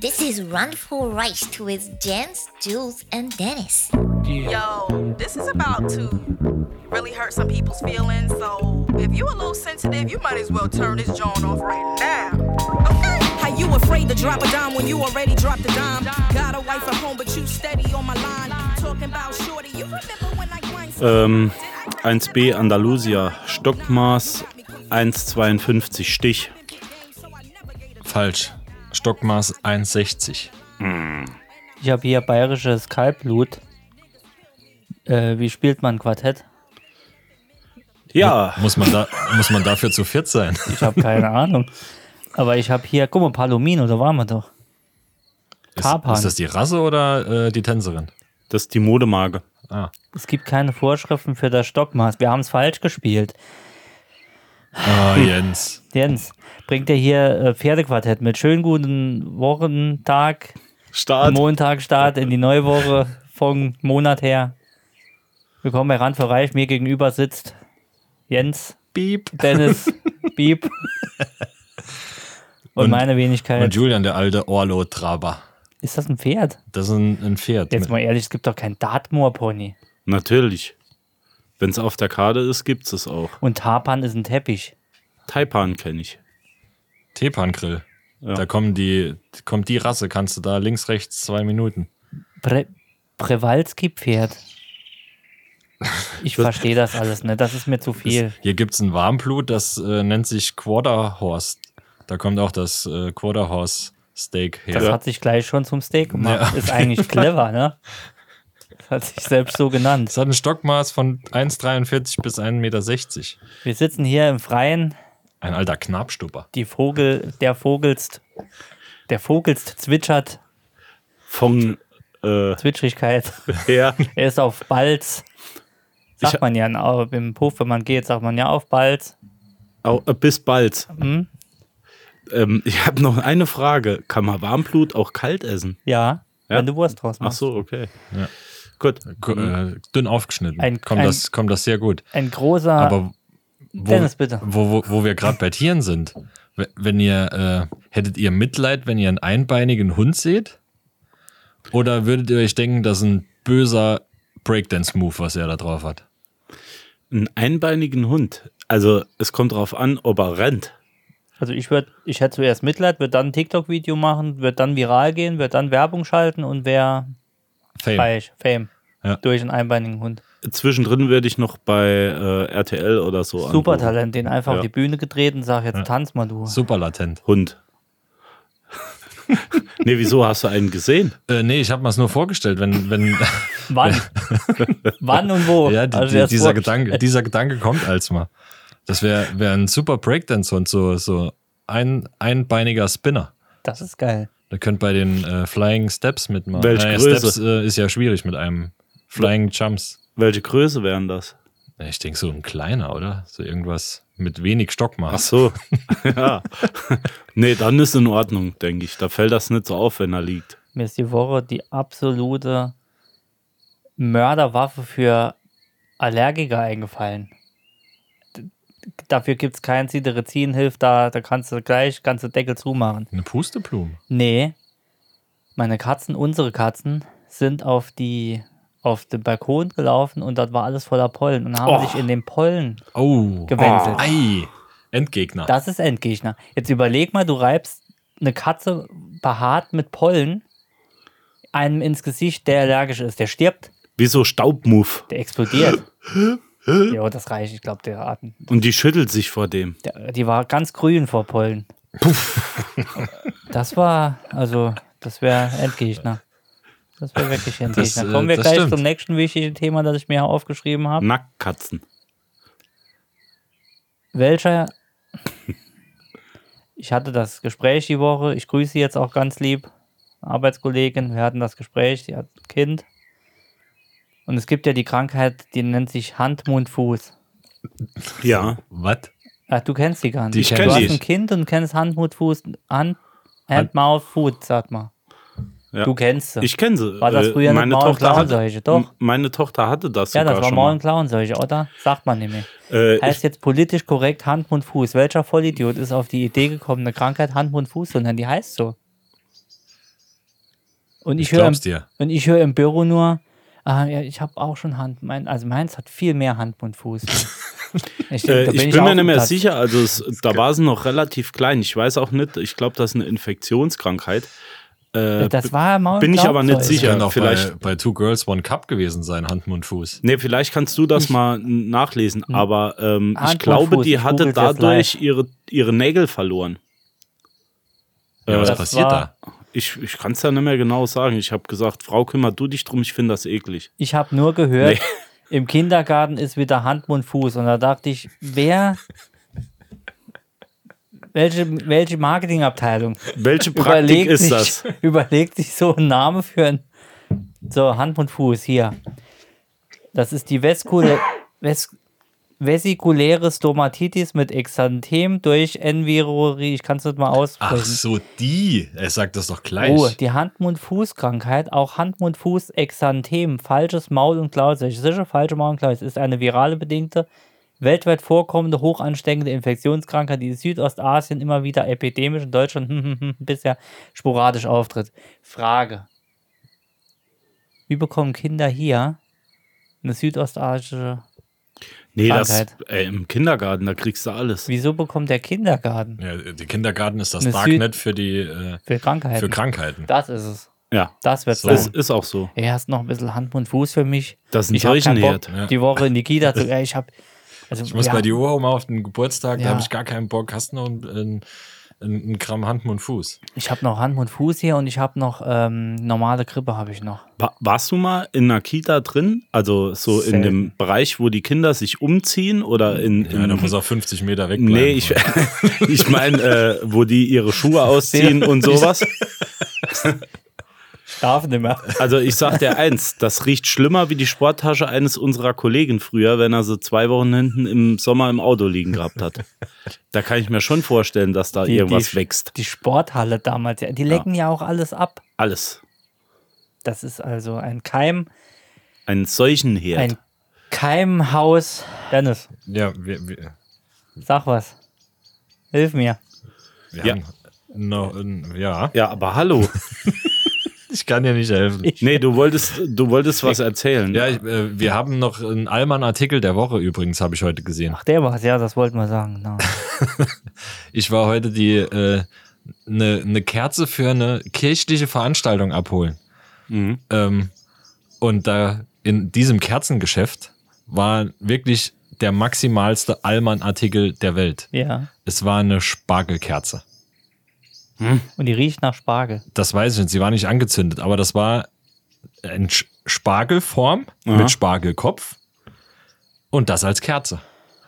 This is Run for Rice with Jens, Jules, and Dennis. Yo, this is about to really hurt some people's feelings. So if you a little sensitive, you might as well turn this joint off right now. Okay? How you afraid to drop a dime when you already dropped a dime? Got a wife at home, but you steady on my line. Talking about shorty, you remember when I grind 1b Andalusia, Stockmaß 1,52 Stich. Falsch. Stockmaß 1,60. Ich habe hier bayerisches Kaltblut. Wie spielt man Quartett? Ja, Muss man dafür zu viert sein? Ich habe keine Ahnung. Aber ich habe hier, guck mal, Palomino, da waren wir doch. Tarpan. Ist das die Rasse oder die Tänzerin? das ist die Modemarke. Ah. Es gibt keine Vorschriften für das Stockmaß. Wir haben es falsch gespielt. Oh, Jens. Jens, bringt er hier Pferdequartett mit schönen guten Wochentag, Start. Montagstart in die neue Woche vom Monat her. Willkommen bei Rand für Reich. Mir gegenüber sitzt Jens, Piep. Dennis, Piep und meine Wenigkeit. Und Julian, der alte Orlo-Traber. Ist das ein Pferd? Das ist ein Pferd. Jetzt mal ehrlich, es gibt doch kein Dartmoor-Pony. Natürlich. Wenn es auf der Karte ist, gibt es auch. Und Tarpan ist ein Teppich. Taipan kenne ich. Tepan-Grill. Ja. Da kommt die Rasse, kannst du da links, rechts 2 Minuten. Przewalski-Pferd. Ich verstehe das alles nicht. Das ist mir zu viel. Hier gibt es ein Warmblut, das nennt sich Quarter Horse. Da kommt auch das Quarter Horse Steak her. Das hat sich gleich schon zum Steak gemacht. Ja. Ist eigentlich clever, ne? Das hat sich selbst so genannt. Es hat ein Stockmaß von 1,43 bis 1,60 Meter. Wir sitzen hier im Freien. Ein alter Knappstupper. Der Vogelst zwitschert. Von Zwitschrigkeit. her. Er ist auf Balz. Sagt man ja im Puff, wenn man geht, sagt man ja auf Balz. Bis bald. Hm? Ich habe noch eine Frage. Kann man Warmblut auch kalt essen? Ja, Ja? wenn du Wurst draus Ach machst. so, okay. Ja. Gut. Dünn aufgeschnitten. Kommt das sehr gut. Ein großer... Aber Dennis, bitte. wo wir gerade bei Tieren sind, wenn ihr hättet ihr Mitleid, wenn ihr einen einbeinigen Hund seht? Oder würdet ihr euch denken, das ist ein böser Breakdance-Move, was er da drauf hat? Einen einbeinigen Hund. Also es kommt drauf an, ob er rennt. Also ich hätte zuerst Mitleid, würde dann ein TikTok-Video machen, wird dann viral gehen, wird dann Werbung schalten und wäre reich, Fame. Ja. Durch einen einbeinigen Hund. Zwischendrin werde ich noch bei RTL oder so Supertalent, den einfach Ja. auf die Bühne getreten, sag jetzt tanz mal du. Super latent. Hund. Nee, wieso? Hast du einen gesehen? Nee, ich habe mir es nur vorgestellt, wenn Wann? Wann und wo? ja, Also erst dieser vorgestellt. Gedanke kommt als mal. Das wär ein super Breakdance-Hund, so einbeiniger Spinner. Das ist geil. Da könnt bei den Flying Steps mitmachen. Welche Größe? Steps ist ja schwierig mit einem Flying Jumps. Welche Größe wären das? Ich denke so ein kleiner, oder? So irgendwas mit wenig Stockmaß. Ach so. Ja. Nee, dann ist in Ordnung, denke ich. Da fällt das nicht so auf, wenn er liegt. Mir ist die Woche die absolute Mörderwaffe für Allergiker eingefallen. Dafür gibt es kein Cetirizin, hilft da kannst du gleich ganze Deckel zumachen. Eine Pusteblume. Nee, unsere Katzen sind auf den Balkon gelaufen und dort war alles voller Pollen und haben sich in den Pollen Oh. gewechselt. Ei. Endgegner. Das ist Endgegner. Jetzt überleg mal, du reibst eine Katze behaart mit Pollen einem ins Gesicht, der allergisch ist. Der stirbt, Wie so Staubmove. der explodiert. Ja, das reicht. Ich glaube, der Atem. Und die schüttelt sich vor dem. Die war ganz grün vor Pollen. Das wäre Endgegner. Das wäre wirklich Endgegner. Kommen wir das gleich stimmt. zum nächsten wichtigen Thema, das ich mir aufgeschrieben habe. Nacktkatzen. Ich hatte das Gespräch die Woche. Ich grüße sie jetzt auch ganz lieb. Arbeitskollegin. Wir hatten das Gespräch. Sie hat ein Kind. Und es gibt ja die Krankheit, die nennt sich Hand, Mund, Fuß. Ja. Was? Ach, du kennst die gar nicht. Ich Du kenn hast die. ein Kind und kennst Hand, Mund, Fuß. Hand, Mouth, Food, sag mal. Ja. Du kennst sie. Ich kenne sie. War das früher eine meine Tochter Maul-Klauenseuche? Doch. Meine Tochter hatte das Ja, sogar das war schon Maul- mal. und Klauenseuche, oder? Sagt man nicht mehr. Heißt jetzt politisch korrekt Hand, Mund, Fuß. Welcher Vollidiot ist auf die Idee gekommen, eine Krankheit Hand, Mund, Fuß zu nennen? Die heißt so. Und Ich ich höre glaub's dir. und ich höre im Büro nur, ja, ich habe auch schon meins hat viel mehr Hand, Mund, Fuß. Ich denk, da Ich ich bin auch mir nicht im mehr Platz. sicher, also da war sie noch relativ klein. Ich weiß auch nicht, ich glaube, das ist eine Infektionskrankheit. Das war Maul- bin ich aber nicht Glaubzeug. sicher. Kann auch vielleicht- bei Two Girls, One Cup gewesen sein, Hand, Mund, Fuß. Nee, vielleicht kannst du das mal nachlesen, aber ich Hand, glaube, Fuß, die ich hatte google's jetzt dadurch ihre Nägel verloren. Ja, was das passiert war- da? Ich kann es ja nicht mehr genau sagen. Ich habe gesagt, Frau, kümmere du dich drum, ich finde das eklig. Ich habe nur gehört, im Kindergarten ist wieder Hand, Mund, Fuß. Und da dachte ich, welche Marketingabteilung Welche Praktik ist das? überlegt sich so einen Namen für ein so Hand, Mund, Fuß hier. Das ist die vesikuläre Stomatitis mit Exanthem durch Envirorie. Ich kann es nicht mal aussprechen. Ach so, die. Er sagt das doch gleich. Oh, die Hand-Mund-Fuß-Krankheit, auch Hand-Mund-Fuß-Exanthem, falsches Maul- und Klauenseuche. Sicher, falsche Maul- und Klauenseuche ist eine virale bedingte, weltweit vorkommende, hochansteckende Infektionskrankheit, die in Südostasien immer wieder epidemisch, in Deutschland bisher sporadisch auftritt. Frage. Wie bekommen Kinder hier eine südostasische Nee, Krankheit? im Kindergarten, da kriegst du alles. Wieso bekommt der Kindergarten Ja, der Kindergarten ist das Eine Darknet für für Krankheiten? für Krankheiten. Das ist es. Ja, Das wird das sein. ist auch so. Er hast noch ein bisschen Hand, Mund, Fuß für mich. Das ist ein Ich habe keinen Bock, Seuchenherd. die Woche in die Kita zu. Ich muss bei dir mal auf den Geburtstag, Ja. da habe ich gar keinen Bock. Hast du noch ein Gramm Hand, Mund, Fuß? Ich habe noch Hand, Mund, Fuß hier und ich habe noch normale Grippe habe ich noch. Warst du mal in einer Kita drin? Also so in Selten. dem Bereich, wo die Kinder sich umziehen oder in Ja, da muss er 50 Meter weg bleiben. Nee, ich meine, wo die ihre Schuhe ausziehen und sowas. Darf nicht mehr. Also ich sag dir eins, das riecht schlimmer wie die Sporttasche eines unserer Kollegen früher, wenn er sie 2 Wochen hinten im Sommer im Auto liegen gehabt hat. Da kann ich mir schon vorstellen, dass da irgendwas wächst. Die Sporthalle damals, die lecken ja auch alles ab. Alles. Das ist also ein Keim, Ein Seuchenherd. ein Keimhaus. Dennis, Ja, wir sag was. Hilf mir. Ja. haben noch, ja, Ja, aber hallo. ich kann dir nicht helfen. Nee, du wolltest was erzählen. Ja, wir haben noch einen Allmann-Artikel der Woche übrigens, habe ich heute gesehen. Ach, der war's, ja, das wollten wir sagen. No. Ich war heute eine Kerze für eine kirchliche Veranstaltung abholen. Und da in diesem Kerzengeschäft war wirklich der maximalste Allmann-Artikel der Welt. Ja. Es war eine Spargelkerze. Und die riecht nach Spargel. Das weiß ich nicht, sie war nicht angezündet, aber das war eine Spargelform mit Spargelkopf und das als Kerze.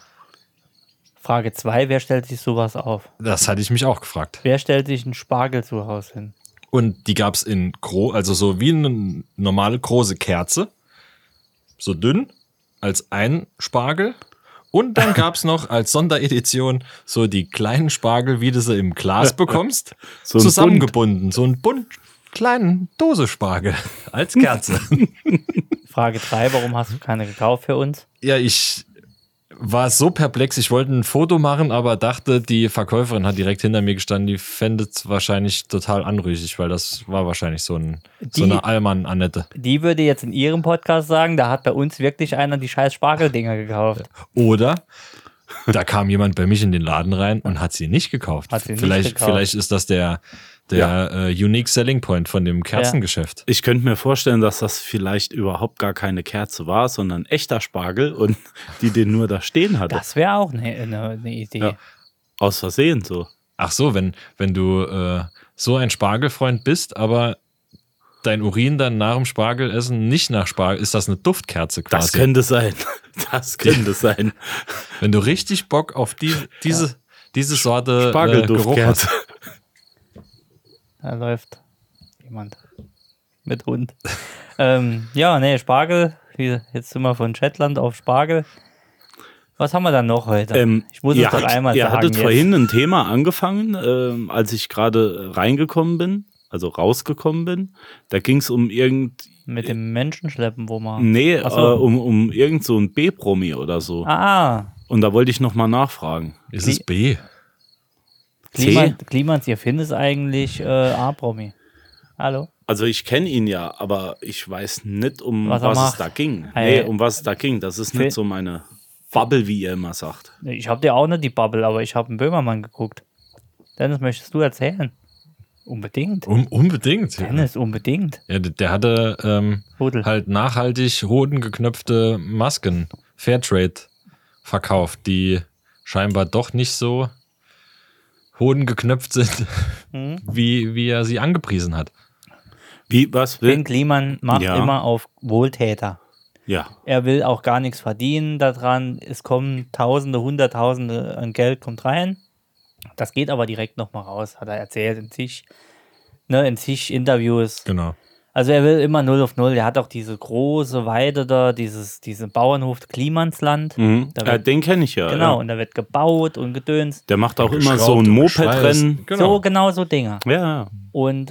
Frage 2, wer stellt sich sowas auf? Das hatte ich mich auch gefragt. Wer stellt sich einen Spargel zu Hause hin? Und die gab es in also so wie eine normale große Kerze, so dünn als ein Spargel. Und dann gab es noch als Sonderedition so die kleinen Spargel, wie du sie im Glas bekommst, So ein zusammengebunden. So ein bunt kleinen Dose Spargel als Kerze. Frage 3, warum hast du keine gekauft für uns? Ja, ich war so perplex. Ich wollte ein Foto machen, aber dachte, die Verkäuferin hat direkt hinter mir gestanden. Die fände es wahrscheinlich total anrüchig, weil das war wahrscheinlich so eine Allmann-Annette. Die würde jetzt in ihrem Podcast sagen, da hat bei uns wirklich einer die scheiß Spargeldinger gekauft. Oder da kam jemand bei mich in den Laden rein und hat sie nicht gekauft. Hat sie nicht vielleicht, gekauft. vielleicht ist das der Unique Selling Point von dem Kerzengeschäft. Ich könnte mir vorstellen, dass das vielleicht überhaupt gar keine Kerze war, sondern echter Spargel und die den nur da stehen hatte. Das wäre auch eine Idee. Ja. Aus Versehen so. Ach so, wenn du so ein Spargelfreund bist, aber dein Urin dann nach dem Spargelessen nicht nach Spargel, ist das eine Duftkerze quasi. Das könnte sein. Das könnte sein. Wenn du richtig Bock auf diese Sorte Geruch Spargelduftkerze. hast. Da läuft jemand mit Hund. Ja, nee, Spargel. Jetzt sind wir von Shetland auf Spargel. Was haben wir dann noch heute? Ich muss es doch einmal ihr sagen. hattet jetzt. vorhin ein Thema angefangen, als ich gerade reingekommen bin, also rausgekommen bin. Da ging es um Mit dem Menschenschleppen, wo man. Nee, Ach so. um irgend so ein B-Promi oder so. Ah, Und da wollte ich nochmal nachfragen. Ist es B? C? Klimans, ihr findet es eigentlich A-Promi. Hallo? Also ich kenne ihn ja, aber ich weiß nicht, um Was er was es macht. da ging. Hey. Nee, um was es da ging. Das ist nicht so meine Bubble, wie ihr immer sagt. Ich habe dir auch nicht die Bubble, aber ich habe einen Böhmermann geguckt. Dennis, möchtest du erzählen? Unbedingt. Unbedingt. Dennis, unbedingt. Ja, der hatte Hodel. halt nachhaltig hodengeknöpfte Masken, Fairtrade, verkauft, die scheinbar doch nicht so hodengeknöpft sind, wie er sie angepriesen hat. Wie, was will? Finn Kliman macht Ja. immer auf Wohltäter. Ja. Er will auch gar nichts verdienen daran. Es kommen Tausende, Hunderttausende an Geld kommt rein. Das geht aber direkt nochmal raus, hat er erzählt in zig Interviews. Genau. Also er will immer 0 auf 0. Er hat auch diese große Weide da, diesen Bauernhof Klimansland. Mhm. Da wird, Den kenne ich ja. genau, Ja. und da wird gebaut und gedönst. Der macht auch immer Geschraubt so ein und Moped-Rennen. geschweißt. Genau. So, genau so Dinge. Ja. Und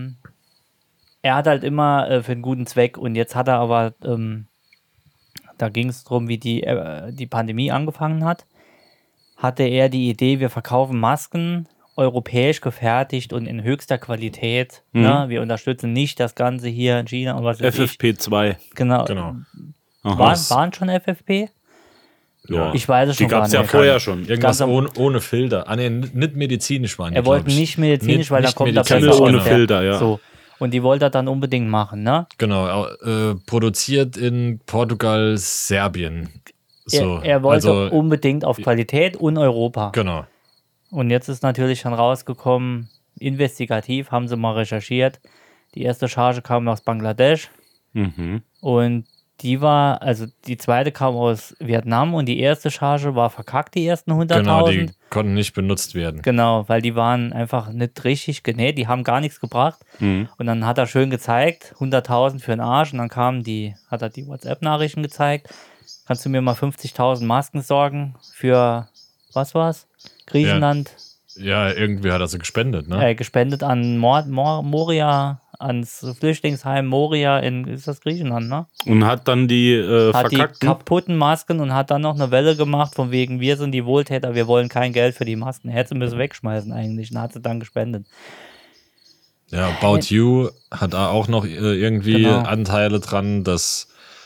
er hat halt immer für einen guten Zweck. Und jetzt hat er aber, da ging es darum, wie die Pandemie angefangen hat, hatte er die Idee, wir verkaufen Masken, europäisch gefertigt und in höchster Qualität. Ne? Wir unterstützen nicht das Ganze hier in China und was weiß ich. FFP2. Genau. Aha. Waren schon FFP? Ja. Ich weiß es Die schon gar gab es ja nicht. vorher schon. Irgendwas Ganz am- ohne Filter. Ah, nee, nicht medizinisch waren die, Er wollte glaub ich. nicht medizinisch, weil da nicht kommt er medizinisch, besser Kimmel ohne aus. Filter, ja. So. Und die wollte er dann unbedingt machen, ne? Genau, produziert in Portugal, Serbien. So, Er wollte also, unbedingt auf Qualität und Europa. genau. Und jetzt ist natürlich schon rausgekommen, investigativ haben sie mal recherchiert. Die erste Charge kam aus Bangladesch Mhm. und die zweite kam aus Vietnam und die erste Charge war verkackt, die ersten 100.000. Genau, die konnten nicht benutzt werden. Genau, weil die waren einfach nicht richtig genäht, die haben gar nichts gebracht. Mhm. Und dann hat er schön gezeigt, 100.000 für den Arsch und dann hat er die WhatsApp-Nachrichten gezeigt. Kannst du mir mal 50.000 Masken sorgen für, was war's? Griechenland, Ja, irgendwie hat er sie gespendet, ne? gespendet an Moria, ans Flüchtlingsheim Moria ist das Griechenland, ne? Und hat dann die Hat die verkackten. kaputten Masken und hat dann noch eine Welle gemacht, von wegen, wir sind die Wohltäter, wir wollen kein Geld für die Masken. Er hätte sie müssen wegschmeißen eigentlich und hat sie dann gespendet. Ja, About You hat da auch noch irgendwie Genau. Anteile dran, das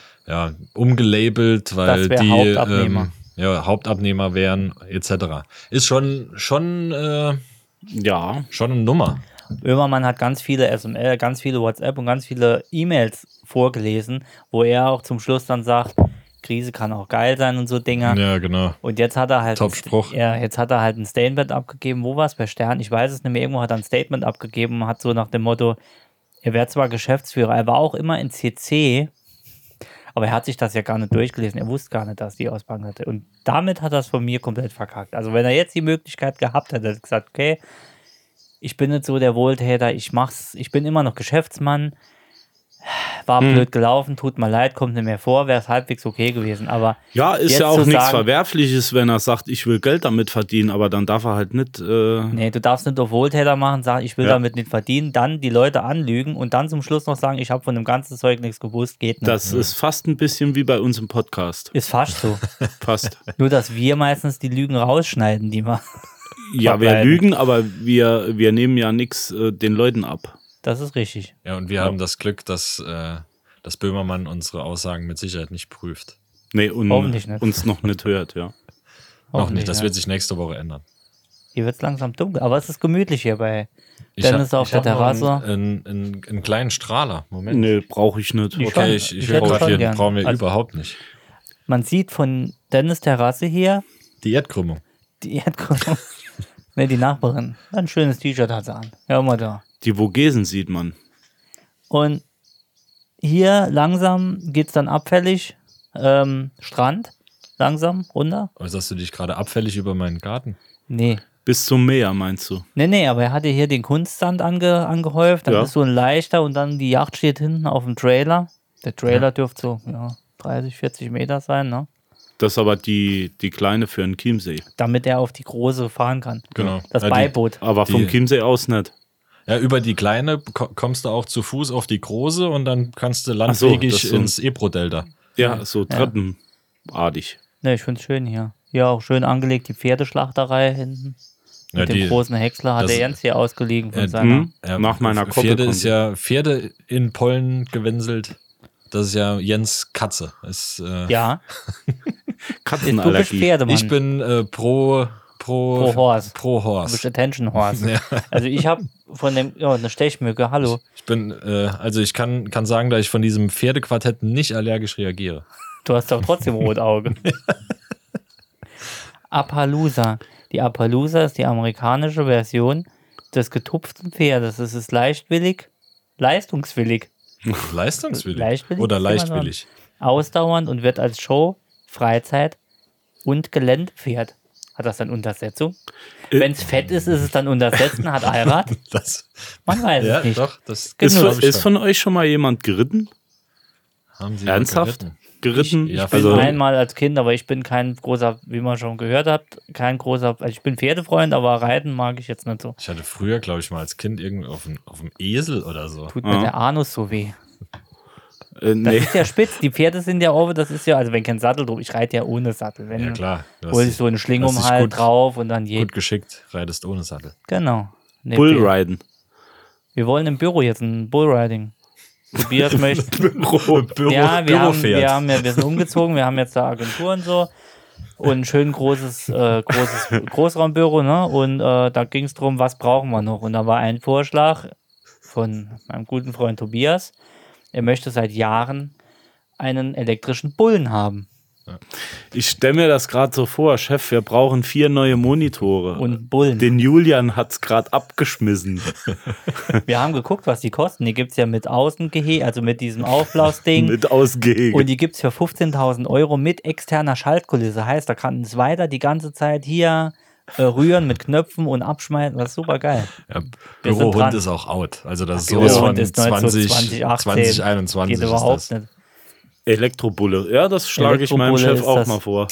umgelabelt, weil Das wär die Hauptabnehmer. Hauptabnehmer wären, etc. Ist schon Ja. eine Nummer. Böhmermann hat ganz viele SML, ganz viele WhatsApp und ganz viele E-Mails vorgelesen, wo er auch zum Schluss dann sagt, Krise kann auch geil sein und so Dinge. Ja, genau. Und jetzt hat er halt Top-Spruch. jetzt hat er halt ein Statement abgegeben. Wo war es bei Stern? Ich weiß es nicht mehr. Irgendwo hat er ein Statement abgegeben und hat so nach dem Motto, er wäre zwar Geschäftsführer, er war auch immer in CC, aber er hat sich das ja gar nicht durchgelesen. Er wusste gar nicht, dass die aus Bangladesch. Und damit hat er es von mir komplett verkackt. Also wenn er jetzt die Möglichkeit gehabt hätte, hätte er gesagt, okay, ich bin nicht so der Wohltäter, ich bin immer noch Geschäftsmann. War blöd gelaufen, tut mir leid, kommt nicht mehr vor, wäre es halbwegs okay gewesen. Aber Ja, ist jetzt ja auch zu nichts sagen, Verwerfliches, wenn er sagt, ich will Geld damit verdienen, aber dann darf er halt nicht. Nee, du darfst nicht auf Wohltäter machen, sagen, ich will Ja. damit nicht verdienen, dann die Leute anlügen und dann zum Schluss noch sagen, ich habe von dem ganzen Zeug nichts gewusst, geht nicht. Das ist fast ein bisschen wie bei uns im Podcast. Ist fast so. Fast. Nur, dass wir meistens die Lügen rausschneiden, die wir. Ja, wir verbleiben. lügen, aber wir nehmen ja nichts den Leuten ab. Das ist richtig. Ja, und wir haben das Glück, dass Böhmermann unsere Aussagen mit Sicherheit nicht prüft. Nee, und Hoffentlich nicht. uns noch nicht hört, ja. Noch nicht, das ja. wird sich nächste Woche ändern. Hier wird es langsam dunkel, aber es ist gemütlich hier bei Ich Dennis auf der hab noch Terrasse. einen kleinen Strahler. Moment. Nee, brauche ich nicht. Ich Okay, schon. ich Ich hätte höre schon hier, gern. brauchen wir Also- überhaupt nicht. Man sieht von Dennis Terrasse hier Die Erdkrümmung. die Erdkrümmung. Ne, die Nachbarin. Ein schönes T-Shirt hat sie an. Ja, immer da. Die Vogesen sieht man. Und hier langsam geht es dann abfällig. Strand, langsam runter. Äußerst du dich gerade abfällig über meinen Garten? Nee. Bis zum Meer, meinst du? Nee, aber er hatte hier den Kunstsand angehäuft. Dann Ja. ist so ein leichter und dann die Yacht steht hinten auf dem Trailer. Der Trailer dürfte so 30, 40 Meter sein, ne? Das ist aber die kleine für den Chiemsee. Damit er auf die große fahren kann. Genau. Das Ja, die- Beiboot. Aber vom Die- Chiemsee aus nicht. Ja, über die kleine kommst du auch zu Fuß auf die große und dann kannst du so, landwegig das ist so ein- ins Ebro-Delta. Ja, so treppenartig. Ne, ich finde es schön hier. Hier auch schön angelegt, die Pferdeschlachterei hinten. Mit dem großen Häcksler hat der Jens hier ausgeliehen von seiner. Nach meiner Pferde in Pollen gewinselt. Das ist ja Jens Katze. Ja. Katzenallergie. Du bist Pferdemann. Ich bin pro Horse. Pro Du Horse. bist Attention Horse. Ja. Also ich habe von dem, eine Stechmücke, hallo. Ich bin, ich kann sagen, dass ich von diesem Pferdequartett nicht allergisch reagiere. Du hast doch trotzdem Rotauge. Appaloosa. Die Appaloosa ist die amerikanische Version des getupften Pferdes. Es ist leistungswillig, Leistungswillig? Oder leichtwillig? ausdauernd und wird als Show, Freizeit und Geländepferd. Hat das dann Untersetzung? Wenn es fett ist, ist es dann Untersetzen, hat Allrad? Man weiß es nicht. Doch, das Ist von euch schon mal jemand geritten? haben sie Ernsthaft? Geritten? Ja, Ich bin also, einmal als Kind, aber ich bin kein großer, wie man schon gehört hat, also ich bin Pferdefreund, aber Reiten mag ich jetzt nicht so. Ich hatte früher, glaube ich, mal als Kind irgendwie auf dem Esel oder so. Tut mir der Anus so weh. Das nee. ist ja spitz, die Pferde sind ja oben, das ist ja, also wenn kein Sattel drauf, ich reite ja ohne Sattel. Wenn Ja, klar. Du hol ich so einen Schling um den Hals drauf und dann gut geschickt, reitest ohne Sattel. Genau. Nee, Bullriden. Wir wollen im Büro jetzt ein Bullriding. Tobias möchte. Büro, Ja, wir Büropferd. sind umgezogen, wir haben jetzt da Agentur und so und ein schön großes Großraumbüro, ne? Und da ging es darum, was brauchen wir noch? Und da war ein Vorschlag von meinem guten Freund Tobias. Er möchte seit Jahren einen elektrischen Bullen haben. Ich stelle mir das gerade so vor, Chef, wir brauchen 4 neue Monitore. Und Bullen. Den Julian hat's gerade abgeschmissen. Wir haben geguckt, was die kosten. Die gibt es ja mit Außengehege, also mit diesem Aufblasding. Mit Ausgehege. Und die gibt es für 15.000 Euro mit externer Schaltkulisse. Heißt, da kann es weiter die ganze Zeit hier rühren mit Knöpfen und abschmeißen. Das ist super geil. Ja, Wir sind Bürohund dran. ist auch out. Also das ist Bürohund sowas von ist 2018. 2021 Geht überhaupt ist das. nicht. Elektrobulle. Ja, das schlage ich meinem Elektrobulle Chef ist auch das. mal vor.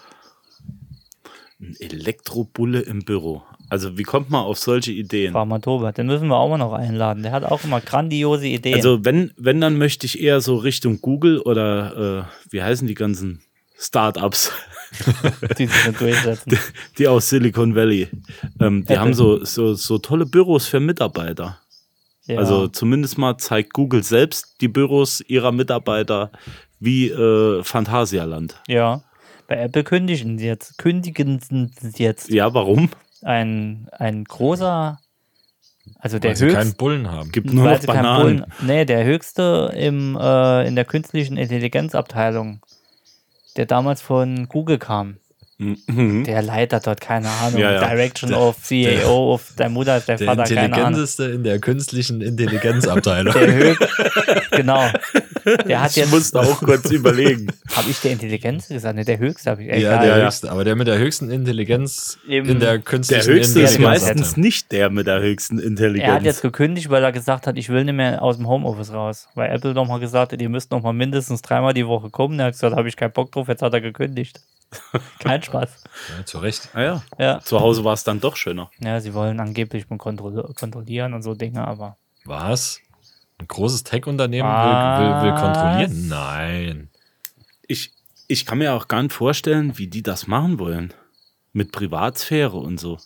Ein Elektrobulle im Büro. Also wie kommt man auf solche Ideen? Frag mal Tobi, den müssen wir auch mal noch einladen. Der hat auch immer grandiose Ideen. Also wenn, dann möchte ich eher so Richtung Google oder wie heißen die ganzen Startups, die sich nicht durchsetzen. die aus Silicon Valley. Die haben so tolle Büros für Mitarbeiter. Ja. Also zumindest mal zeigt Google selbst die Büros ihrer Mitarbeiter wie Phantasialand. Ja. Bei Apple kündigen sie jetzt. Ja, warum? Ein großer, also der Weil sie keinen höchste, Bullen haben. Gibt nur weil noch sie keinen Bananen. der höchste in der künstlichen Intelligenzabteilung, der damals von Google kam. Mhm. Der Leiter dort, keine Ahnung, Ja, ja. Direction of CEO of der Mutter, der Der Vater, keine Ahnung. intelligenteste in der künstlichen Intelligenzabteilung. Genau. Der hat Ich jetzt, musste auch kurz überlegen. habe ich der Intelligenz gesagt? Ne, der höchste habe ich. Ja, Egal. der höchste, aber der mit der höchsten Intelligenz in der Der künstlichen höchste ist Intelligenz. meistens nicht der mit der höchsten Er hat Intelligenz. jetzt gekündigt, weil er gesagt hat, ich will nicht mehr aus dem Homeoffice raus. Weil Apple doch mal gesagt hat, ihr müsst noch mal mindestens 3-mal die Woche kommen. Er hat gesagt, habe ich keinen Bock drauf, jetzt hat er gekündigt. Kein Spaß. Ja, zu Recht. Ja. Ja. Zu Hause war es dann doch schöner. Ja, sie wollen angeblich mal kontrollieren und so Dinge, aber Was? Ein großes Tech-Unternehmen Was? will kontrollieren? Nein. Ich kann mir auch gar nicht vorstellen, wie die das machen wollen. Mit Privatsphäre und so.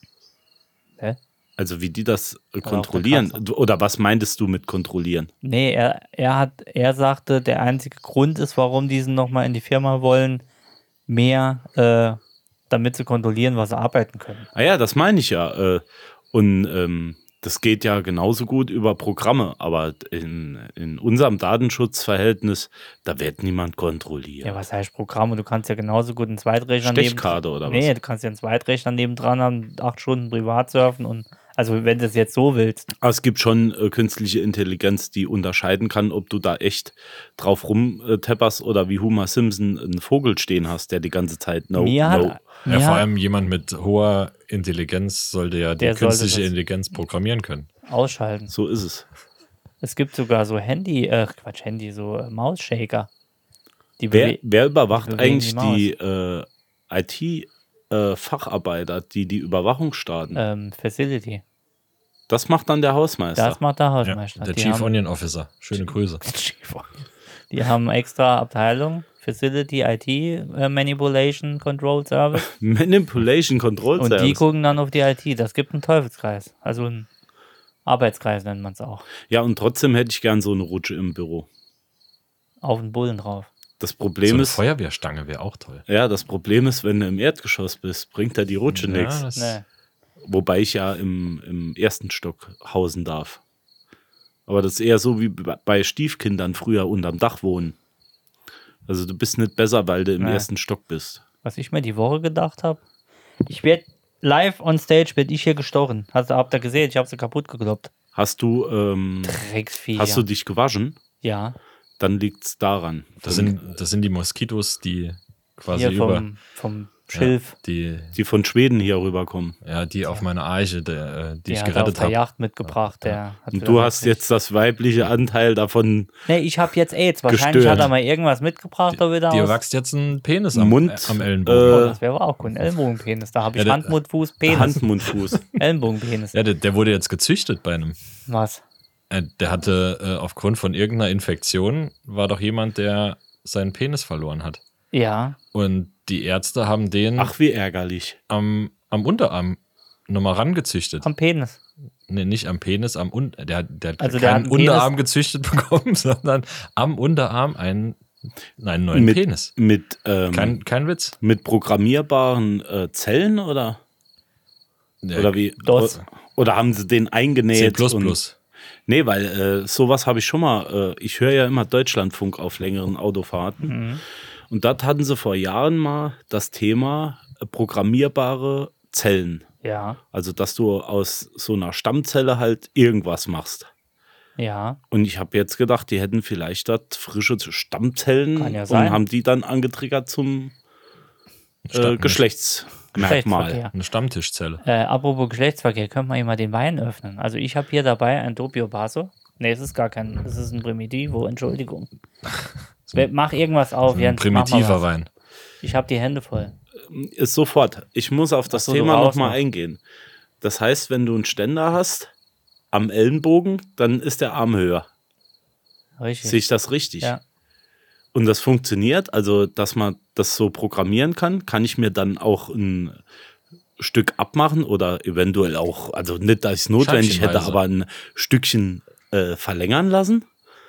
hä? Also wie die das kontrollieren. Oder was meintest du mit kontrollieren? Nee, er sagte, der einzige Grund ist, warum die nochmal in die Firma wollen, mehr damit zu kontrollieren, was sie arbeiten können. Ah ja, das meine ich ja. Und das geht ja genauso gut über Programme, aber in unserem Datenschutzverhältnis, da wird niemand kontrolliert. Ja, was heißt Programm? Du kannst ja genauso gut einen Zweitrechner Stechkarte oder was? Nee, du kannst ja einen Zweitrechner nebendran haben, 8 Stunden privat surfen und also wenn du es jetzt so willst. Aber es gibt schon künstliche Intelligenz, die unterscheiden kann, ob du da echt drauf rumtepperst oder wie Homer Simpson einen Vogel stehen hast, der die ganze Zeit Ja, vor allem jemand mit hoher Intelligenz sollte ja die Der sollte künstliche das Intelligenz programmieren können. ausschalten. So ist es. Es gibt sogar so so Mausshaker. Die Wer überwacht bewegen eigentlich die die IT-Facharbeiter, die Überwachung starten? Facility. Das macht dann der Hausmeister. Das macht der Ja, Hausmeister. der Die Chief haben- Onion Officer. Schöne Grüße. Die haben extra Abteilung Facility IT Manipulation Control Service. Manipulation Control Und die Service. gucken dann auf die IT. Das gibt einen Teufelskreis. Also einen Arbeitskreis nennt man es auch. Ja, und trotzdem hätte ich gern so eine Rutsche im Büro. Auf den Bullen drauf. Das So Problem eine ist, Feuerwehrstange wäre auch toll. ja, das Problem ist, wenn du im Erdgeschoss bist, bringt da die Rutsche nichts. das- Nee. Wobei ich ja im ersten Stock hausen darf. Aber das ist eher so wie bei Stiefkindern früher unterm Dach wohnen. Also du bist nicht besser, weil du im Nee. ersten Stock bist. Was ich mir die Woche gedacht habe, ich werde live on stage, werde ich hier gestochen. Habt ihr gesehen? Ich habe sie kaputt gekloppt. Hast du Drecksvieh. Hast du dich gewaschen? Ja, Dann liegt's daran. Das sind die Moskitos, die quasi hier über vom Schilf. die Die von Schweden hier rüberkommen. die auf meine Eiche, die ich hat er auf gerettet der habe. Yacht mitgebracht. Der hat Und wieder du hast gekriegt. jetzt das weibliche Anteil davon. Nee, ich habe jetzt AIDS. Wahrscheinlich Gestört. hat er mal irgendwas mitgebracht da wieder Dir aus. wächst jetzt ein Penis Mund, am Ellenbogen. Oh, das wäre aber auch cool. Ein Ellenbogenpenis. Da habe ich Ja, der- Hand, Mund, Fuß, Penis. Hand, Mund, Fuß. Ellenbogenpenis. Ja, der wurde jetzt gezüchtet bei einem. Was? Der hatte aufgrund von irgendeiner Infektion, war doch jemand, der seinen Penis verloren hat. Ja. Und die Ärzte haben den Ach, wie ärgerlich. am Unterarm nochmal rangezüchtet. Am Penis. Nee, nicht am Penis, der hat Also der hat keinen einen Penis- Unterarm gezüchtet bekommen, sondern am Unterarm einen neuen Penis. Mit, Kein Witz. mit programmierbaren Zellen oder wie? DOS. Oder haben sie den eingenäht? C++. Und, nee, weil sowas habe ich schon mal. Ich höre ja immer Deutschlandfunk auf längeren Autofahrten. Und dort hatten sie vor Jahren mal das Thema programmierbare Zellen. Ja. Also, dass du aus so einer Stammzelle halt irgendwas machst. Ja. Und ich habe jetzt gedacht, die hätten vielleicht dort frische Stammzellen Kann ja und sein. haben die dann angetriggert zum Stamm- Geschlechtsmerkmal. Geschlechtsverkehr. Eine Stammtischzelle. Apropos Geschlechtsverkehr, könnte man hier mal den Wein öffnen. Also ich habe hier dabei ein Doppio Basso. Nee, es ist gar kein, es ist ein Primitivo, Entschuldigung. Mach irgendwas auf, Ein Jens. mach mal primitiver was. Wein. Ich habe die Hände voll. Ist sofort. Ich muss auf das Ach so, du Thema raus nochmal noch. eingehen. Das heißt, wenn du einen Ständer hast am Ellenbogen, dann ist der Arm höher. Richtig. Sehe ich das richtig? Ja. Und das funktioniert, also dass man das so programmieren kann ich mir dann auch ein Stück abmachen oder eventuell auch, also nicht, dass ich es notwendig hätte, Scheibchenweise. aber ein Stückchen verlängern lassen.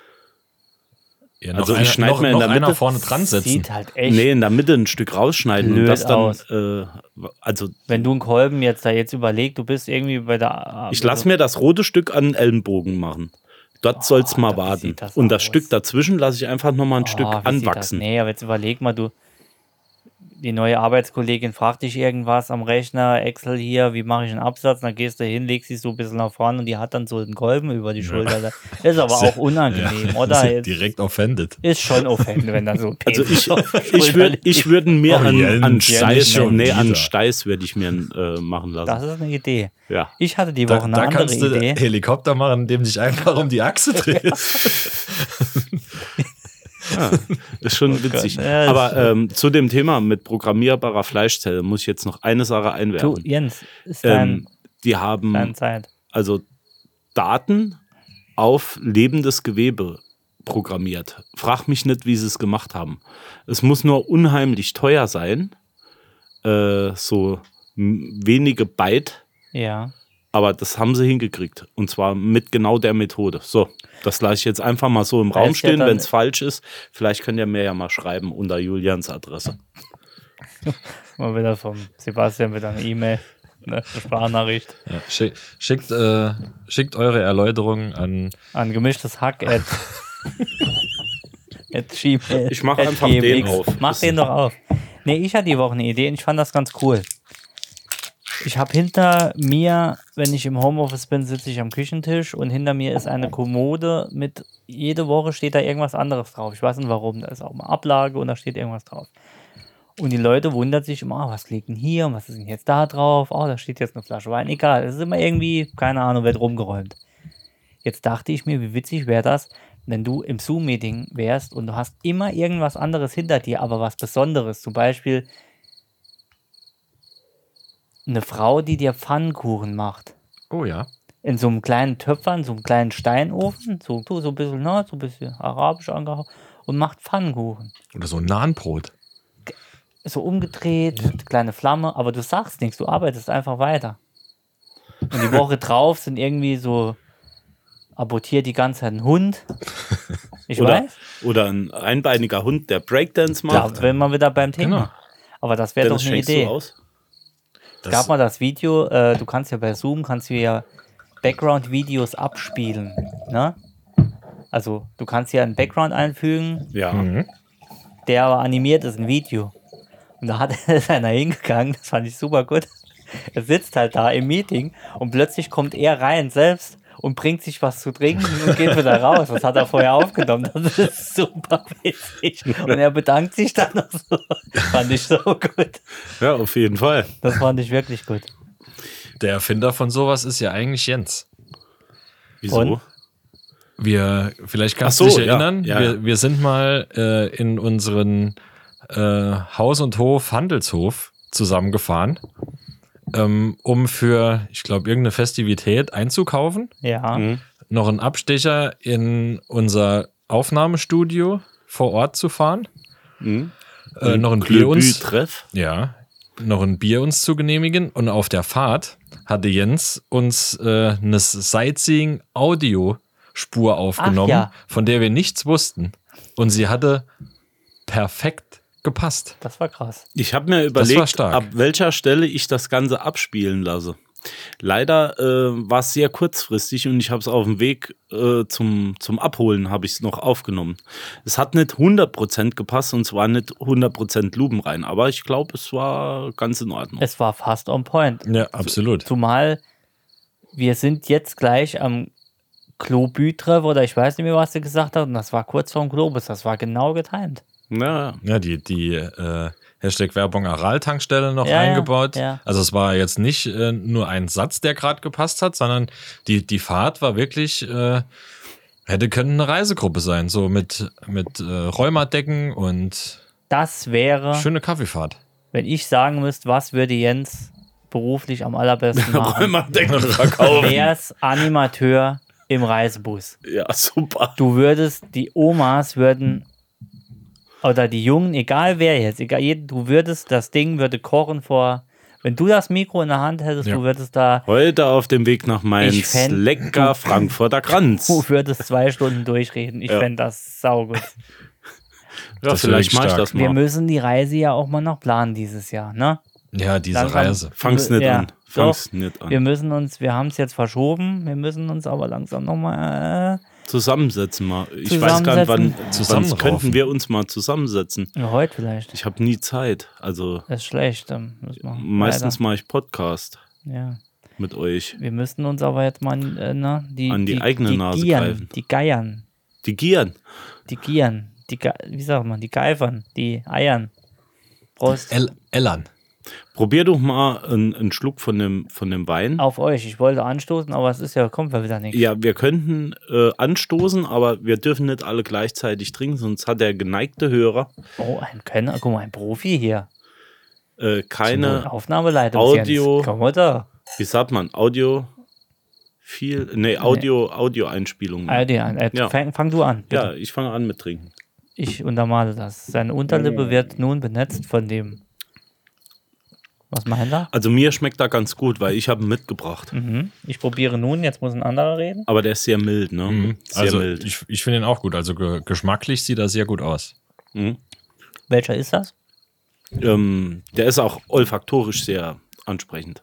Ja, Also ich schneid noch, mir in noch der einer Mitte- vorne dran setzen. Sieht halt echt, Nee, in der Mitte ein Stück rausschneiden und Blöd das dann, aus. also wenn du einen Kolben jetzt überlegst, du bist irgendwie bei der... ich lasse mir das rote Stück an den Ellenbogen machen. Dort soll's mal da warten. sieht das Und das aus. Stück dazwischen lasse ich einfach nochmal ein Stück wie sieht anwachsen. Das? Nee, aber jetzt überleg mal, die neue Arbeitskollegin fragt dich irgendwas am Rechner, Excel hier, wie mache ich einen Absatz? Dann gehst du hin, legst sie so ein bisschen nach vorne und die hat dann so einen Kolben über die Schulter. Das ist aber auch unangenehm, oder? Sind Jetzt direkt offended. ist schon offended, wenn da so ein Also Penis auf der Schulter liegt. ich würde mir Oh, Jens, an Jens, Steiß, schon nee, an wieder. Steiß würde ich mir machen lassen. Das ist eine Idee. Ja. Ich hatte die Woche eine andere kannst du Idee. Helikopter machen, dem dich einfach um die Achse drehst. Ist schon witzig. Ja, Aber zu dem Thema mit programmierbarer Fleischzelle muss ich jetzt noch eine Sache Du, einwerfen. Jens, ist deine Die haben Zeit. also Daten auf lebendes Gewebe programmiert. Frag mich nicht, wie sie es gemacht haben. Es muss nur unheimlich teuer sein. So wenige Byte. Ja. Aber das haben sie hingekriegt. Und zwar mit genau der Methode. So, das lasse ich jetzt einfach mal so im Da Raum ist ja stehen, dann- wenn es falsch ist. Vielleicht könnt ihr mir ja mal schreiben unter Julians Adresse. Mal wieder vom Sebastian mit einer E-Mail, eine Sprachnachricht Ja, schickt eure Erläuterungen an gemischtes Hack at Gmail. Ich mach at einfach den GMX. auf. Mach den doch auf. Nee, ich hatte die Woche eine Idee und ich fand das ganz cool. Ich habe hinter mir, wenn ich im Homeoffice bin, sitze ich am Küchentisch und hinter mir ist eine Kommode mit, jede Woche steht da irgendwas anderes drauf. Ich weiß nicht warum, da ist auch eine Ablage und da steht irgendwas drauf. Und die Leute wundern sich immer, oh, was liegt denn hier und was ist denn jetzt da drauf? Oh, da steht jetzt eine Flasche Wein. Egal, es ist immer irgendwie, keine Ahnung, wird rumgeräumt. Jetzt dachte ich mir, wie witzig wäre das, wenn du im Zoom-Meeting wärst und du hast immer irgendwas anderes hinter dir, aber was Besonderes. Zum Beispiel eine Frau, die dir Pfannkuchen macht. Oh ja. In so einem kleinen Töpfern, so einem kleinen Steinofen, so ein bisschen, so ein bisschen arabisch angehaucht. und macht Pfannkuchen. Oder so ein Nahenbrot. So umgedreht, kleine Flamme, aber du sagst nichts, du arbeitest einfach weiter. Und die Woche drauf sind irgendwie so, abortiert die ganze Zeit ein Hund. Ich weiß. Oder ein einbeiniger Hund, der Breakdance macht. Da wären wir wieder beim Thema. Genau. Aber das wäre doch eine schenkst Idee. du aus. Es gab mal das Video, du kannst ja bei Zoom, kannst du ja Background-Videos abspielen. Ne? Also du kannst ja einen Background einfügen, Ja. der aber animiert ist, ein Video. Und da ist einer hingegangen, das fand ich super gut. Er sitzt halt da im Meeting und plötzlich kommt er rein selbst und bringt sich was zu trinken und geht wieder raus. Das hat er vorher aufgenommen. Das ist super witzig. Und er bedankt sich dann noch so. Fand ich so gut. Ja, auf jeden Fall. Das fand ich wirklich gut. Der Erfinder von sowas ist ja eigentlich Jens. Wieso? Und? Vielleicht kannst Ach du so, dich erinnern, ja. wir sind mal in unseren Haus- und Handelshof zusammengefahren, um für, ich glaube, irgendeine Festivität einzukaufen. Ja. Noch einen Abstecher in unser Aufnahmestudio vor Ort zu fahren. Noch ein Bier uns. Treff. Ja, noch ein Bier uns zu genehmigen. Und auf der Fahrt hatte Jens uns eine Sightseeing-Audio-Spur aufgenommen, ja. von der wir nichts wussten. Und sie hatte perfekt gepasst. Das war krass. Ich habe mir war überlegt, stark. ab welcher Stelle ich das Ganze abspielen lasse. Leider war es sehr kurzfristig und ich habe es auf dem Weg zum Abholen habe ich es noch aufgenommen. Es hat nicht 100% gepasst und zwar nicht 100% lupenrein, aber ich glaube, es war ganz in Ordnung. Es war fast on point. Ja, absolut. Zumal wir sind jetzt gleich am Globü-Treff oder ich weiß nicht mehr, was sie gesagt hat. Und das war kurz vorm Globus. Das war genau getimt. Ja, Ja, die Hashtag Werbung Aral-Tankstelle noch Ja, ja, eingebaut. ja. Also es war jetzt nicht nur ein Satz, der gerade gepasst hat, sondern die Fahrt war wirklich, hätte können eine Reisegruppe sein, so mit Rheumadecken und Das wäre, schöne Kaffeefahrt. wenn ich sagen müsste, was würde Jens beruflich am allerbesten machen, Rheumadecken verkaufen. wäre es Animateur im Reisebus. Ja, super. Du würdest, die Omas würden, oder die Jungen, egal wer jetzt, du würdest, das Ding würde kochen wenn du das Mikro in der Hand hättest, Ja. du würdest da, Heute auf dem Weg nach Ich Mainz, fänd- lecker Frankfurter Kranz. du würdest 2 Stunden durchreden. Ich Ja. fände das saugut. Ja, Das vielleicht wär mache ich stark. das Wir mal. müssen die Reise ja auch mal noch planen dieses Jahr, ne? Ja, diese Langsam- Reise. Fang's nicht Ja, an. doch. Fang's nicht Wir an. haben es jetzt verschoben, wir müssen uns aber langsam nochmal, Zusammensetzen mal. Ich weiß gar nicht, wann Zusammenraufen. könnten wir uns mal zusammensetzen. heute vielleicht. Ich habe nie Zeit. Also Das ist schlecht. Dann müssen wir meistens mache ich Podcast leider. Ja. mit euch. Wir müssten uns aber jetzt mal An die eigene Nase Gieren, greifen. die Geiern, Die Gieren. wie sagt man, die Geifern, die Eiern. Prost. Ellern. Probier doch mal einen Schluck von dem Wein. Auf euch. Ich wollte anstoßen, aber es ist ja, kommt ja wieder nichts. Ja, wir könnten anstoßen, aber wir dürfen nicht alle gleichzeitig trinken, sonst hat der geneigte Hörer Oh, ein Könner, guck mal, ein Profi hier. keine, Aufnahmeleitung. Audio- Komm mal da. wie sagt man, Audio-Einspielungen. Ja. Fang du an. Bitte. Ja, ich fange an mit Trinken. Ich untermale das. Seine Unterlippe wird nun benetzt von dem. Was meint er? Also mir schmeckt da ganz gut, weil ich habe ihn mitgebracht. Ich probiere nun, jetzt muss ein anderer reden. Aber der ist sehr mild, ne? Sehr Also mild. ich finde ihn auch gut. Also geschmacklich sieht er sehr gut aus. Welcher ist das? Der ist auch olfaktorisch sehr ansprechend.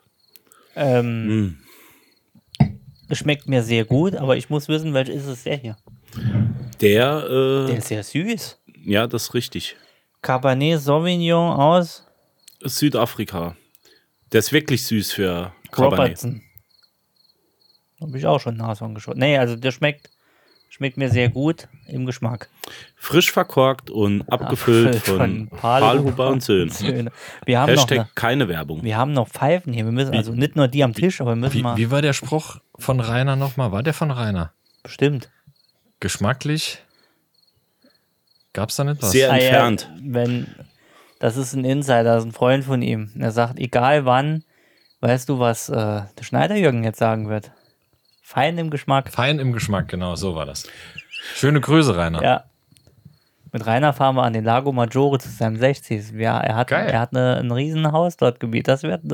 Es schmeckt mir sehr gut, aber ich muss wissen, welcher ist es der hier? Der, Der ist sehr süß. ja, das ist richtig. Cabernet Sauvignon aus Südafrika. Der ist wirklich süß für Cabernet. Robertson. Habe ich auch schon Nashorn geschaut. Nee, also der schmeckt mir sehr gut im Geschmack. Frisch verkorkt und abgefüllt von Pahlhuber und Söhne. Wir haben Hashtag keine Werbung. wir haben noch Pfeifen hier. Wir müssen also nicht nur die am Tisch, aber wir müssen mal. Wie war der Spruch von Rainer nochmal? War der von Rainer? Bestimmt. Geschmacklich? Gab es da nicht was? Sehr entfernt. Das ist ein Insider, das ist ein Freund von ihm. Er sagt, egal wann, weißt du, was der Schneiderjürgen jetzt sagen wird? Fein im Geschmack. Fein im Geschmack, genau, so war das. Schöne Grüße, Rainer. Ja. Mit Rainer fahren wir an den Lago Maggiore zu seinem 60. Ja, er hat ein Riesenhaus dort gemietet. Das wird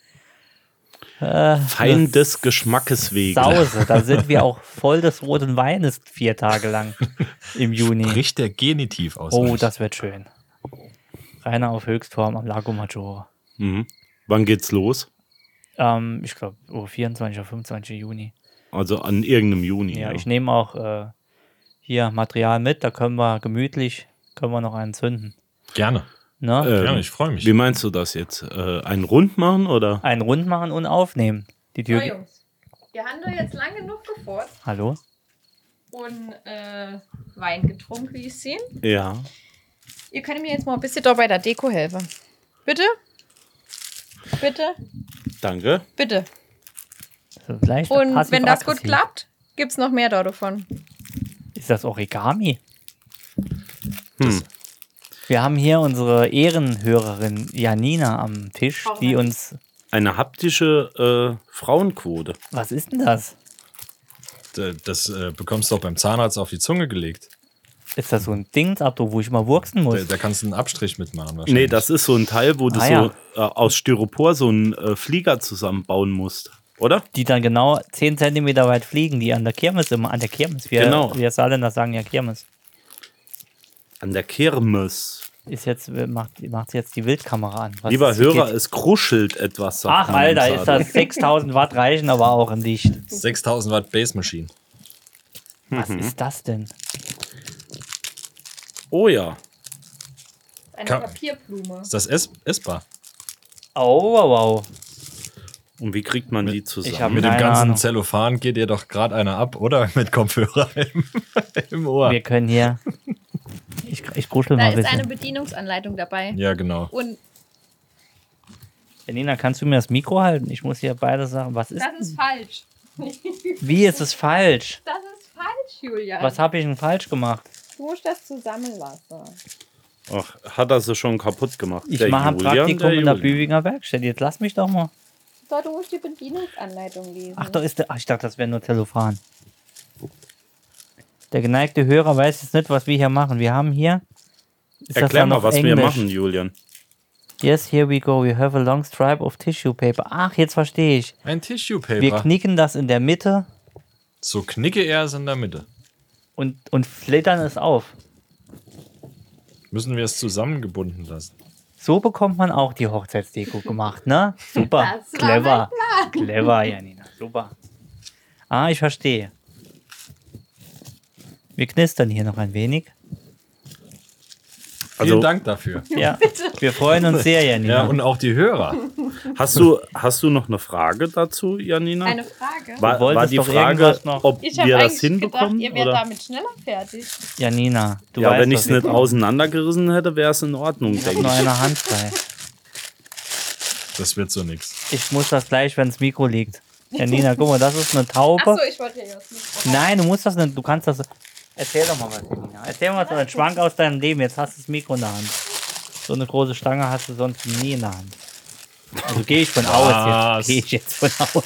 Fein des Geschmackes wegen. Sause. Da sind wir auch voll des roten Weines 4 Tage lang im Juni. Spricht der Genitiv aus. Oh, euch? das wird schön. Rainer auf Höchstform am Lago Maggiore. Mhm. Wann geht's los? Ich glaube, 24 oder 25 Juni. Also an irgendeinem Juni. Ja, ich nehme auch hier Material mit. Da können wir gemütlich noch einen zünden. Gerne. Ne? Gerne, ich freue mich. Wie meinst du das jetzt? Einen Rund machen oder? Einen Rund machen und aufnehmen. Die Tür. So, Jungs, wir haben da jetzt lang genug gefordert Hallo? und Wein getrunken, wie ich sehe. Ja. Ihr könnt mir jetzt mal ein bisschen da bei der Deko helfen. Bitte? Bitte? Danke. Bitte. So, gleich Und wenn das gut passiv-aggressiv. klappt, gibt es noch mehr davon. Ist das Origami? Wir haben hier unsere Ehrenhörerin Janina am Tisch, die uns. Eine haptische Frauenquote. Was ist denn das? Das bekommst du auch beim Zahnarzt auf die Zunge gelegt. Ist das so ein Dingsabdruck, wo ich mal wurzen muss? Da kannst du einen Abstrich mitmachen wahrscheinlich. Nee, das ist so ein Teil, wo du ja. aus Styropor so einen Flieger zusammenbauen musst, oder? Die dann genau 10 Zentimeter weit fliegen, die an der Kirmes immer. An der Kirmes. Wir Saarländer sagen ja Kirmes. An der Kirmes. Ist jetzt, macht jetzt die Wildkamera an. Was Lieber ist- Hörer, geht- es kruschelt etwas. sagt Ach, man im Alter, ist Saarland. das 6000 Watt reichen aber auch ein Licht. 6000 Watt Base Machine. Was ist das denn? Oh ja. Eine Kann- Papierblume. Ist das essbar? Oh, wow, wow. Und wie kriegt man die Ich hab zusammen? Mit dem Keine ganzen Ahnung. Zellophan geht dir doch gerade einer ab, oder? Mit Kopfhörer im Ohr. Wir können hier. Ich kuschel Da mal ein ist eine bisschen. Bedienungsanleitung dabei. Ja, genau. Und Janina, kannst du mir das Mikro halten? Ich muss hier beide sagen. Was ist. das ist falsch. Wie ist es falsch? Das ist falsch, Julia. Was habe ich denn falsch gemacht? Du musst das zusammenlassen. Ach, hat er sie schon kaputt gemacht? Ich Der mache ein Julian, Praktikum in der Julian. Bübinger Werkstatt. Jetzt lass mich doch mal. So, du musst die Bedienungsanleitung lesen. Ach, da ist der. Ach, ich dachte, das wäre nur Telefon. Der geneigte Hörer weiß jetzt nicht, was wir hier machen. Wir haben hier. Ist das Erklär dann mal, auf was wir Englisch? machen, Julian. Yes, here we go. We have a long stripe of tissue paper. Ach, jetzt verstehe ich. Ein Tissue Wir Paper. knicken das in der Mitte So knicke er es in der Mitte. und flittern es auf. Müssen wir es zusammengebunden lassen. So bekommt man auch die Hochzeitsdeko gemacht, ne? Super. Das war Clever. Clever, Janina. Super. Ah, ich verstehe. Wir knistern hier noch ein wenig. Also- Vielen Dank dafür. Ja, wir freuen uns sehr, Janina. Ja, und auch die Hörer. Hast du noch eine Frage dazu, Janina? Eine Frage. War, Du wolltest war die doch Frage, irgendwas noch- ob Ich habe wir das eigentlich gedacht, hinbekommen? ihr wärt Oder? damit schneller fertig. Janina, du Ja, weißt wenn ich es doch, nicht auseinandergerissen hätte, wäre es in Ordnung, ich habe denke nur ich. eine Hand frei. Das wird so nix. Ich muss das gleich, wenn das Mikro liegt. Janina, guck mal, das ist eine Taube. Achso, ich wollte ja jetzt nicht. Nein, du musst das nicht. Du kannst das. Erzähl doch mal was, Janina. Erzähl mal so einen Schwank aus deinem Leben. Jetzt hast du das Mikro in der Hand. So eine große Stange hast du sonst nie in der Hand. Also gehe ich von aus. Was? Gehe ich jetzt von aus.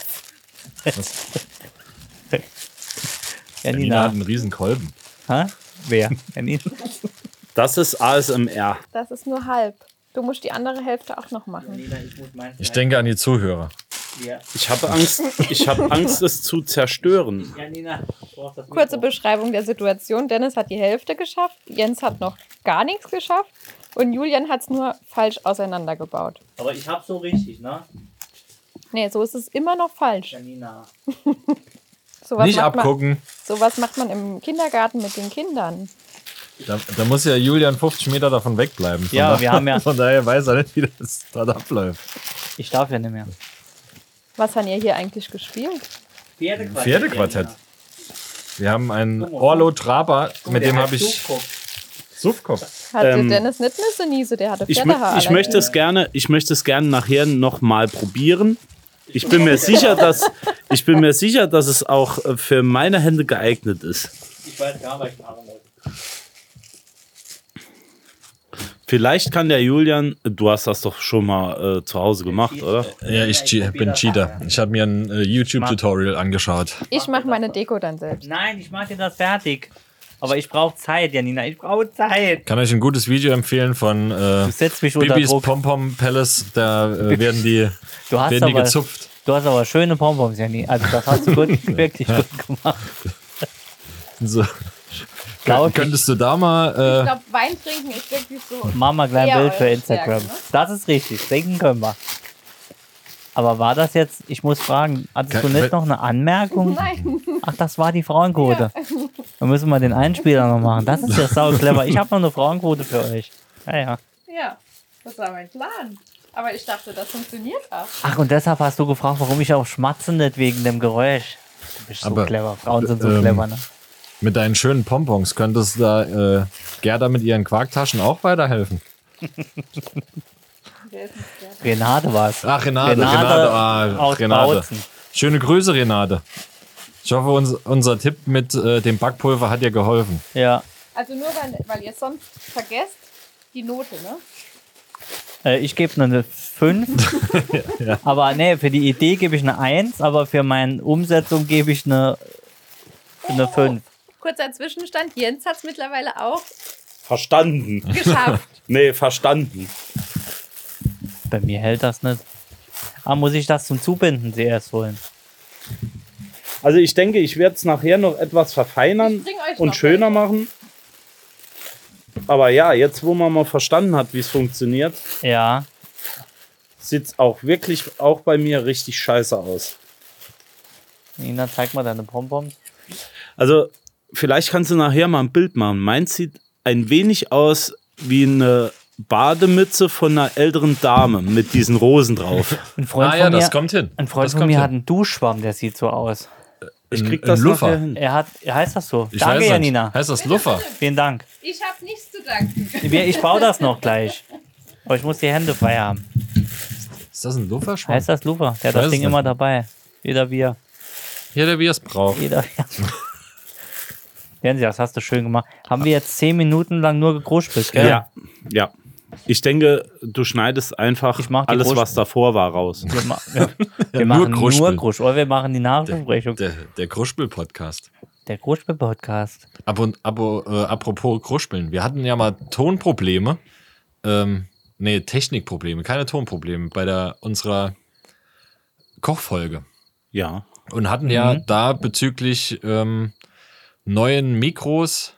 Janina Janina. hat einen riesen Kolben. Hä? Wer? Janina. Das ist ASMR. Das ist nur halb. Du musst die andere Hälfte auch noch machen. Ich denke an die Zuhörer. Ich habe Angst, es zu zerstören. Janina, du brauchst das Kurze Mikro. Beschreibung der Situation. Dennis hat die Hälfte geschafft, Jens hat noch gar nichts geschafft und Julian hat es nur falsch auseinandergebaut. Aber ich hab so richtig, ne? Nee, so ist es immer noch falsch. Janina. Sowas Nicht abgucken. Sowas macht man im Kindergarten mit den Kindern. Da muss ja Julian 50 Meter davon wegbleiben. Von Ja, wir haben ja- Von daher weiß er nicht, wie das dort abläuft. Ich darf ja nicht mehr. Was haben ihr hier eigentlich gespielt? Pferdequartett. Wir haben einen Orlo Traber, mit dem habe ich Suffkopf. Hatte Dennis nicht eine Senise, der hatte Ich Pferdehaar. möchte es gerne nachher nochmal probieren. Ich bin mir sicher, dass es auch für meine Hände geeignet ist. Ich weiß gar nicht, was ich Vielleicht kann der Julian, du hast das doch schon mal zu Hause gemacht, oder? Ja, ich bin Cheater. Ich habe mir ein YouTube-Tutorial angeschaut. Ich mache meine Deko dann selbst. Nein, ich mach dir das fertig. Aber ich brauche Zeit, Janina. Ich brauche Zeit. Kann euch ein gutes Video empfehlen von Du setzt mich unter Bibis Druck. Pom-Pom Palace. Da werden die gezupft. Du hast aber schöne Bonbons, Janina. Also das hast du wirklich gut gemacht. So. Könntest du da mal. Ich glaube, Wein trinken ist wirklich so. Mach mal gleich ein eher Bild für eure Instagram. Stärke, ne? Das ist richtig. Trinken können wir. Aber war das jetzt, ich muss fragen, hattest du nicht noch eine Anmerkung? Nein. Ach, das war die Frauenquote. Dann müssen wir den Einspieler noch machen. Das ist ja sau clever. Ich habe noch eine Frauenquote für euch. Ja. Ja, das war mein Plan. Aber ich dachte, das funktioniert auch. Ach, und deshalb hast du gefragt, warum ich auch schmatze nicht wegen dem Geräusch. Du bist so Aber, clever. Frauen sind so clever, ne? Mit deinen schönen Pompons könntest du da Gerda mit ihren Quarktaschen auch weiterhelfen. Renate war es. Ach, Renate. aus Renate. Bautzen. Schöne Grüße, Renate. Ich hoffe, unser Tipp mit dem Backpulver hat dir geholfen. Ja. Also nur, weil ihr sonst vergesst, die Note, ne? Ich gebe eine 5. Ja. Aber nee, für die Idee gebe ich eine 1, aber für meine Umsetzung gebe ich eine 5. Kurzer Zwischenstand. Jens hat es mittlerweile auch Verstanden. geschafft. Nee, verstanden. Bei mir hält das nicht. Ah, muss ich das zum Zubinden zuerst holen? Also ich denke, ich werde es nachher noch etwas verfeinern Ich bring euch und noch schöner welche. machen. Aber ja, jetzt wo man mal verstanden hat, wie es funktioniert, Ja. sieht es auch wirklich auch bei mir richtig scheiße aus. Nina, zeig mal deine Bonbons. Also vielleicht kannst du nachher mal ein Bild machen. Meins sieht ein wenig aus wie eine Bademütze von einer älteren Dame mit diesen Rosen drauf. Ein Freund Ah von ja, mir, das kommt hin. Ein Freund Das von kommt mir hin. hat einen Duschschwamm, der sieht so aus. Ich krieg Ein das Luffer. nachher hin. Heißt das so? Ich Danke, weiß nicht. Janina. Heißt das Luffer? Vielen Dank. Ich habe nichts zu danken. Ich baue das noch gleich. Aber ich muss die Hände frei haben. Ist das ein Lufferschwamm? Heißt das Luffer? Der hat weiß das Ding nicht. immer dabei. Jeder Bier. Jeder, wie er es braucht. Jeder Bier. Werden Sie, das hast du schön gemacht. Haben wir jetzt 10 Minuten lang nur gekruspelt, gell? Ja. Ich denke, du schneidest einfach Ich mach die alles, Krusch- was davor war, raus. Wir nur machen Kruspel. nur Krusch. Oder wir machen die Nachbesprechung. Der Kruspel-Podcast. Der Kruspel-Podcast. Apropos Kruspeln. Wir hatten ja mal Tonprobleme. Technikprobleme, keine Tonprobleme bei unserer Kochfolge. Ja. Und hatten ja da bezüglich neuen Mikros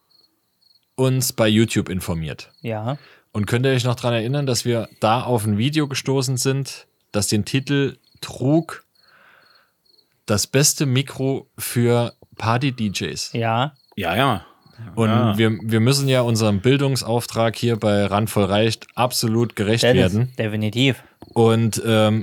uns bei YouTube informiert. Ja. Und könnt ihr euch noch daran erinnern, dass wir da auf ein Video gestoßen sind, das den Titel trug: Das beste Mikro für Party-DJs. Ja. Ja. Und Ja. wir müssen ja unserem Bildungsauftrag hier bei Randvoll reicht absolut gerecht werden. Definitiv. Und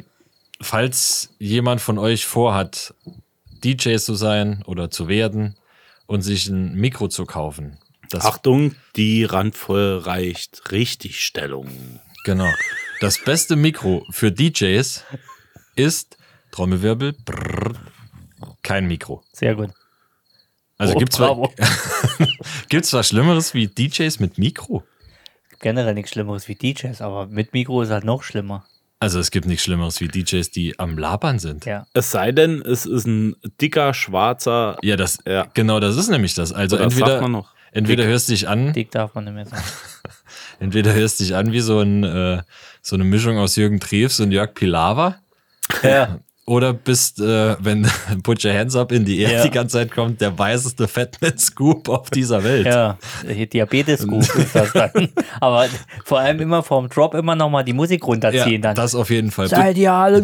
falls jemand von euch vorhat, DJ zu sein oder zu werden und sich ein Mikro zu kaufen, Achtung, die randvoll reicht. Richtigstellung. Genau. Das beste Mikro für DJs ist, Trommelwirbel, kein Mikro. Sehr gut. Also Oh, gibt's bravo. was Schlimmeres wie DJs mit Mikro? Generell nichts Schlimmeres wie DJs, aber mit Mikro ist halt noch schlimmer. Also es gibt nichts Schlimmeres wie DJs, die am Labern sind. Ja. Es sei denn, es ist ein dicker, schwarzer. Ja, genau, das ist nämlich das. Also Oder sagt man noch? entweder hörst du dich an, Dick darf man nicht mehr sagen. wie so eine Mischung aus Jürgen Drews und Jörg Pilawa. Ja. Oder bist, wenn Put Your Hands Up in the Air Ja. die ganze Zeit kommt, der weißeste Fatman-Scoop auf dieser Welt. Ja, Diabetes-Scoop ist das dann. Aber vor allem immer vom Drop immer nochmal die Musik runterziehen dann. Das auf jeden Fall. Seid ihr alle...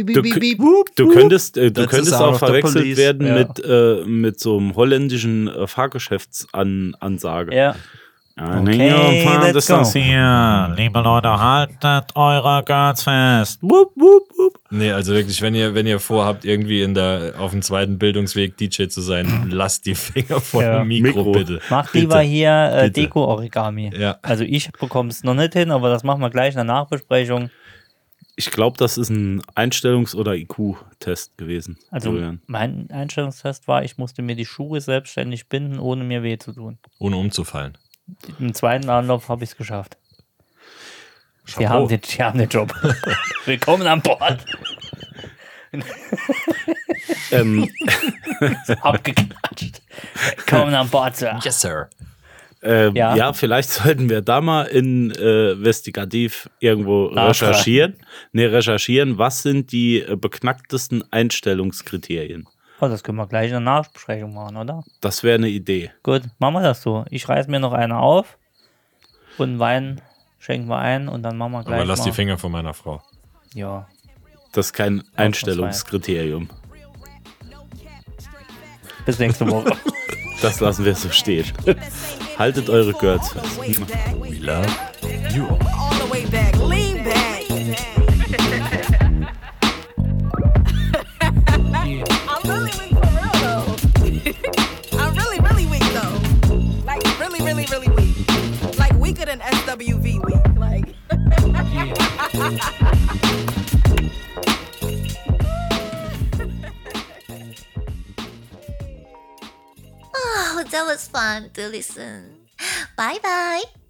Du könntest ist auch of the verwechselt police. werden mit so einem holländischen Fahrgeschäftsansage. Ja. Okay, let's go. Hier, liebe Leute, haltet eure Girls fest. Wupp, wupp, wupp. Nee, also wirklich, wenn ihr vorhabt, irgendwie auf dem zweiten Bildungsweg DJ zu sein, lasst die Finger von Ja. dem Mikro, Mikro. bitte. Mach Bitte. lieber hier Bitte. Deko-Origami. Ja. Also ich bekomme es noch nicht hin, aber das machen wir gleich in der Nachbesprechung. Ich glaube, das ist ein Einstellungs- oder IQ-Test gewesen. Also Julian. mein Einstellungstest war, ich musste mir die Schuhe selbstständig binden, ohne mir weh zu tun. Ohne umzufallen. Im zweiten Anlauf habe ich es geschafft. Chapeau. Die haben den Job. Willkommen an Bord. Abgeklatscht. Kommen an Bord, Sir. Yes, sir. Ja. Ja, vielleicht sollten wir da mal investigativ irgendwo recherchieren. Was sind die beknacktesten Einstellungskriterien? Oh, das können wir gleich in der Nachbesprechung machen, oder? Das wäre eine Idee. Gut, machen wir das so. Ich reiß mir noch eine auf und Wein schenken wir ein und dann machen wir gleich Aber lass mal. die Finger von meiner Frau. Ja, Das ist kein Einstellungskriterium. bis nächste Woche. Das lassen wir so stehen. Haltet eure Girls fest. We love you. All the way back, lean back. I'm really weak for real though. I'm really, really weak though. Like really, really, really weak. Like weaker than SWV weak. Like. Oh, that was fun to listen. Bye bye.